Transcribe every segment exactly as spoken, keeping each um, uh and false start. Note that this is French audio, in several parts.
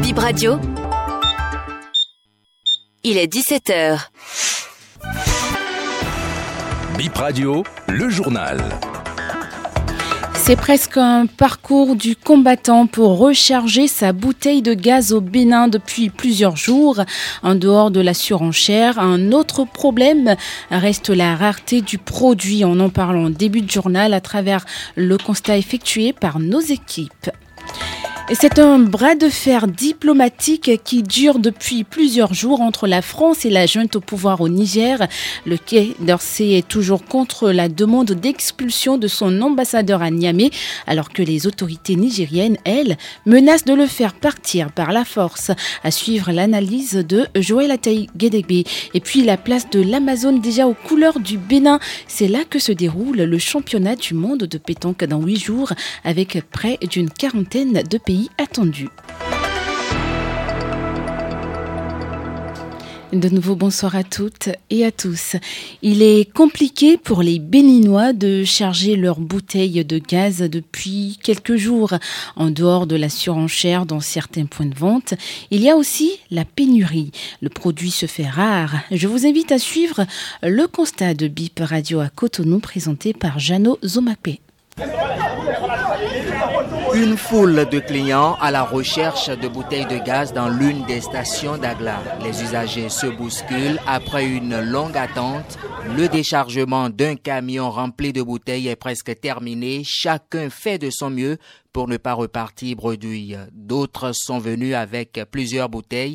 Bip Radio, il est dix-sept heures. Bip Radio, le journal. C'est presque un parcours du combattant pour recharger sa bouteille de gaz au Bénin depuis plusieurs jours. En dehors de la surenchère, un autre problème reste la rareté du produit. On en parle en début de journal à travers le constat effectué par nos équipes. Et c'est un bras de fer diplomatique qui dure depuis plusieurs jours entre la France et la junte au pouvoir au Niger. Le Quai d'Orsay est toujours contre la demande d'expulsion de son ambassadeur à Niamey, alors que les autorités nigériennes, elles, menacent de le faire partir par la force. À suivre l'analyse de Joël Ataï-Guédégbé. Et puis la place de l'Amazone déjà aux couleurs du Bénin. C'est là que se déroule le championnat du monde de pétanque dans huit jours, avec près d'une quarantaine de pays attendu. De nouveau, bonsoir à toutes et à tous. Il est compliqué pour les Béninois de charger leurs bouteilles de gaz depuis quelques jours. En dehors de la surenchère dans certains points de vente, il y a aussi la pénurie. Le produit se fait rare. Je vous invite à suivre le constat de Bip Radio à Cotonou présenté par Jeannot Zomapé. Une foule de clients à la recherche de bouteilles de gaz dans l'une des stations d'Agla. Les usagers se bousculent après une longue attente. Le déchargement d'un camion rempli de bouteilles est presque terminé. Chacun fait de son mieux pour ne pas repartir bredouille. D'autres sont venus avec plusieurs bouteilles.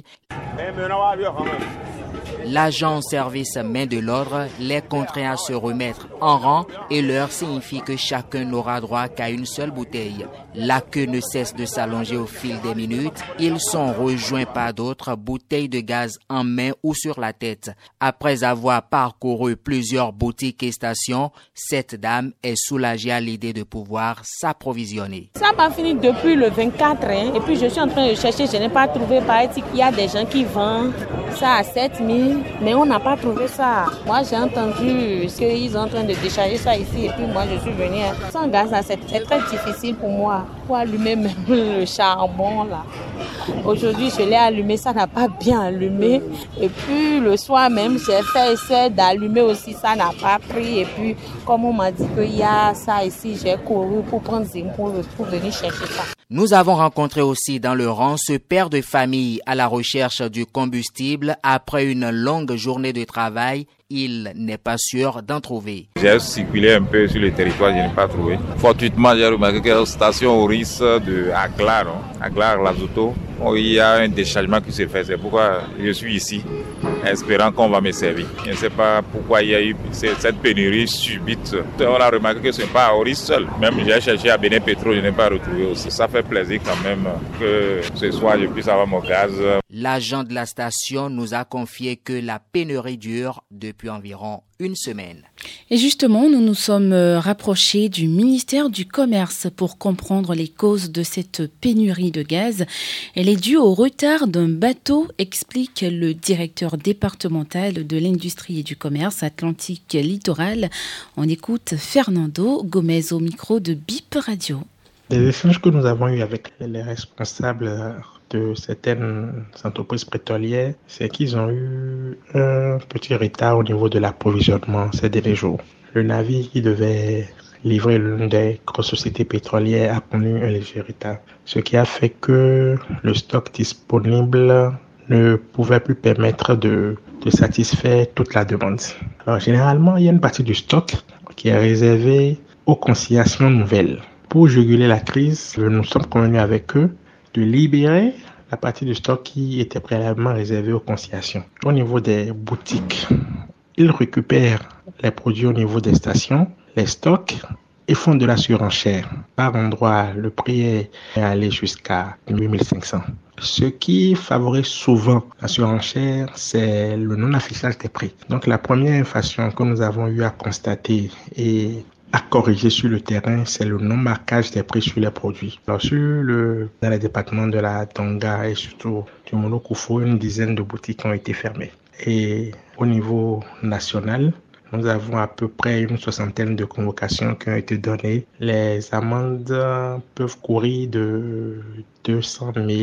L'agent service main de l'ordre les contraint à se remettre en rang et leur signifie que chacun n'aura droit qu'à une seule bouteille. La queue ne cesse de s'allonger au fil des minutes. Ils sont rejoints par d'autres, bouteilles de gaz en main ou sur la tête. Après avoir parcouru plusieurs boutiques et stations, cette dame est soulagée à l'idée de pouvoir s'approvisionner. Ça n'a pas fini depuis le vingt-quatre hein, et puis je suis en train de chercher, je n'ai pas trouvé. Par exemple, il y a des gens qui vendent ça à sept mille. Mais on n'a pas trouvé ça. Moi, j'ai entendu qu'ils sont en train de décharger ça ici et puis moi, je suis venue. Sans gaz, c'est, c'est très difficile pour moi. Pour allumer même le charbon, là. Aujourd'hui, je l'ai allumé, ça n'a pas bien allumé. Et puis, le soir même, j'ai fait essayer d'allumer aussi, ça n'a pas pris. Et puis, comme on m'a dit qu'il y a ça ici, j'ai couru pour prendre Zim pour, pour venir chercher ça. Nous avons rencontré aussi dans le rang ce père de famille à la recherche du combustible. Après une longue journée de travail, il n'est pas sûr d'en trouver. J'ai circulé un peu sur le territoire, je n'ai pas trouvé. Fortuitement, j'ai remarqué que la station Oris de Aglar, Aglar Lazoto, il y a un déchargement qui se fait. C'est pourquoi je suis ici, espérant qu'on va me servir. Je ne sais pas pourquoi il y a eu cette pénurie subite. On a remarqué que ce n'est pas à Oris seul. Même j'ai cherché à Bénin Pétro, je n'ai pas retrouvé aussi. Ça fait plaisir quand même que ce soir je puisse avoir mon gaz. L'agent de la station nous a confié que la pénurie dure depuis environ une semaine. Et justement, nous nous sommes rapprochés du ministère du Commerce pour comprendre les causes de cette pénurie de gaz. Elle est due au retard d'un bateau, explique le directeur départemental de l'industrie et du commerce Atlantique Littoral. On écoute Fernando Gomez au micro de Bip Radio. Les échanges que nous avons eus avec les responsables de certaines entreprises pétrolières, c'est qu'ils ont eu un petit retard au niveau de l'approvisionnement ces derniers jours. Le navire qui devait livrer l'une des grosses sociétés pétrolières a connu un léger retard, ce qui a fait que le stock disponible ne pouvait plus permettre de, de satisfaire toute la demande. Alors généralement, il y a une partie du stock qui est réservée aux conciliations nouvelles. Pour juguler la crise, nous sommes convenus avec eux de libérer la partie du stock qui était préalablement réservée aux conciliations. Au niveau des boutiques, ils récupèrent les produits au niveau des stations, les stocks et font de la surenchère. Par endroit, le prix est allé jusqu'à huit mille cinq cents. Ce qui favorise souvent la surenchère, c'est le non-affichage des prix. Donc la première infraction que nous avons eu à constater et à corriger sur le terrain, c'est le non-marquage des prix sur les produits. Alors, sur le, dans les départements de la Tonga et surtout du Monokoufou, une dizaine de boutiques ont été fermées. Et au niveau national, nous avons à peu près une soixantaine de convocations qui ont été données. Les amendes peuvent courir de deux cent mille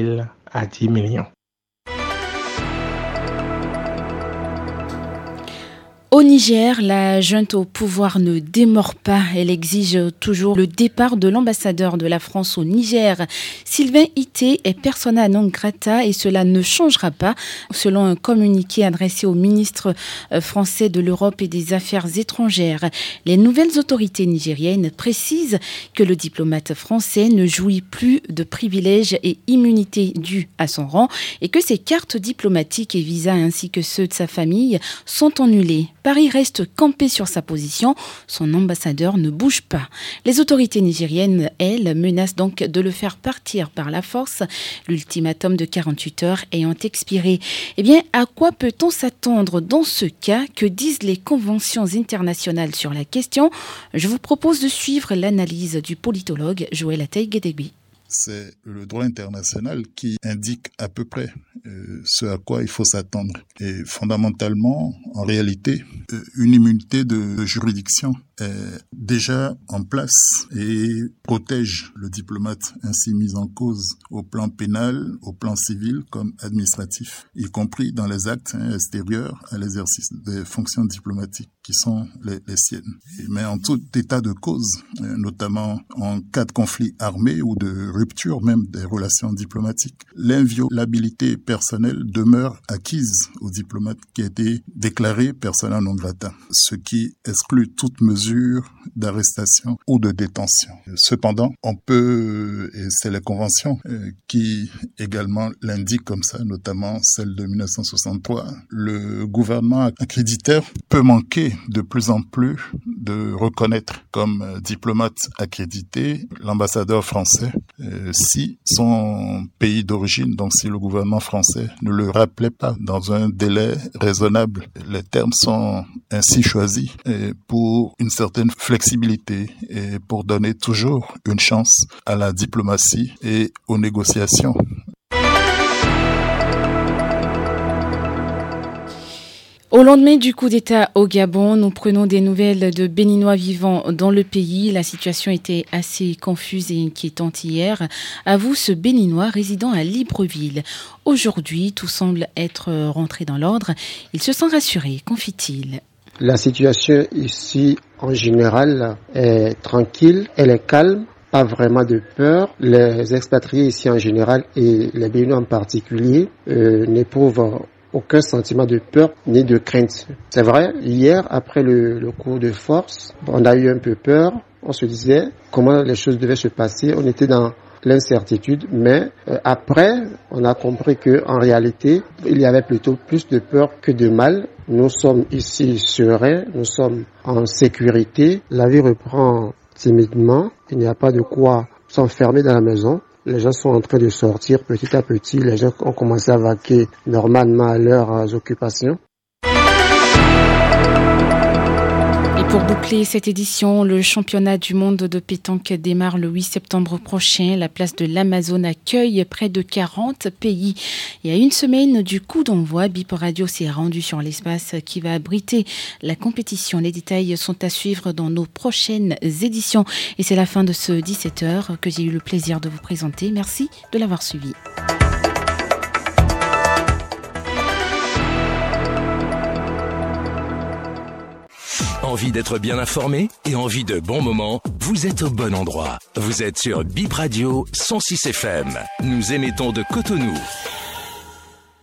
à dix millions. Au Niger, la junte au pouvoir ne démord pas. Elle exige toujours le départ de l'ambassadeur de la France au Niger. Sylvain Ité est persona non grata et cela ne changera pas, selon un communiqué adressé au ministre français de l'Europe et des Affaires étrangères. Les nouvelles autorités nigériennes précisent que le diplomate français ne jouit plus de privilèges et immunités dues à son rang et que ses cartes diplomatiques et visas ainsi que ceux de sa famille sont annulés. Paris reste campé sur sa position, son ambassadeur ne bouge pas. Les autorités nigériennes, elles, menacent donc de le faire partir par la force, l'ultimatum de quarante-huit heures ayant expiré. Eh bien, à quoi peut-on s'attendre dans ce cas? Que disent les conventions internationales sur la question? Je vous propose de suivre l'analyse du politologue Joël Atay-Guédégui. C'est le droit international qui indique à peu près euh, ce à quoi il faut s'attendre. Et fondamentalement, en réalité, euh, une immunité de juridiction est déjà en place et protège le diplomate ainsi mis en cause au plan pénal, au plan civil comme administratif, y compris dans les actes hein, extérieurs à l'exercice des fonctions diplomatiques qui sont les, les siennes. Mais en tout état de cause, euh, notamment en cas de conflit armé ou de rupture même des relations diplomatiques, l'inviolabilité personnelle demeure acquise au diplomate qui a été déclaré persona non grata, ce qui exclut toute mesure d'arrestation ou de détention. Cependant, on peut, et c'est les conventions euh, qui également l'indiquent comme ça, notamment celle de dix-neuf cent soixante-trois, le gouvernement accréditeur peut manquer de plus en plus de reconnaître comme euh, diplomate accrédité l'ambassadeur français euh, si son pays d'origine, donc si le gouvernement français ne le rappelait pas dans un délai raisonnable. Les termes sont ainsi choisis euh, pour une certaine flexibilité et pour donner toujours une chance à la diplomatie et aux négociations. Au lendemain du coup d'État au Gabon, nous prenons des nouvelles de Béninois vivant dans le pays. La situation était assez confuse et inquiétante hier. Avoue ce Béninois résidant à Libreville. Aujourd'hui, tout semble être rentré dans l'ordre. Il se sent rassuré, confie-t-il. La situation ici, en général, est tranquille, elle est calme. Pas vraiment de peur. Les expatriés ici en général et les Béninois en particulier euh, n'éprouvent aucun sentiment de peur ni de crainte. C'est vrai, hier, après le, le coup de force, on a eu un peu peur. On se disait comment les choses devaient se passer. On était dans l'incertitude, mais euh, après, on a compris que en réalité, il y avait plutôt plus de peur que de mal. Nous sommes ici sereins, nous sommes en sécurité. La vie reprend timidement. Il n'y a pas de quoi s'enfermer dans la maison. Les gens sont en train de sortir petit à petit. Les gens ont commencé à vaquer normalement à leurs occupations. Et pour boucler cette édition, le championnat du monde de pétanque démarre le huit septembre prochain. La place de l'Amazone accueille près de quarante pays. Et à une semaine du coup d'envoi, Bip Radio s'est rendu sur l'espace qui va abriter la compétition. Les détails sont à suivre dans nos prochaines éditions. Et c'est la fin de ce dix-sept heures que j'ai eu le plaisir de vous présenter. Merci de l'avoir suivi. Envie d'être bien informé et envie de bons moments? Vous êtes au bon endroit. Vous êtes sur Bip Radio cent six F M. Nous émettons de Cotonou.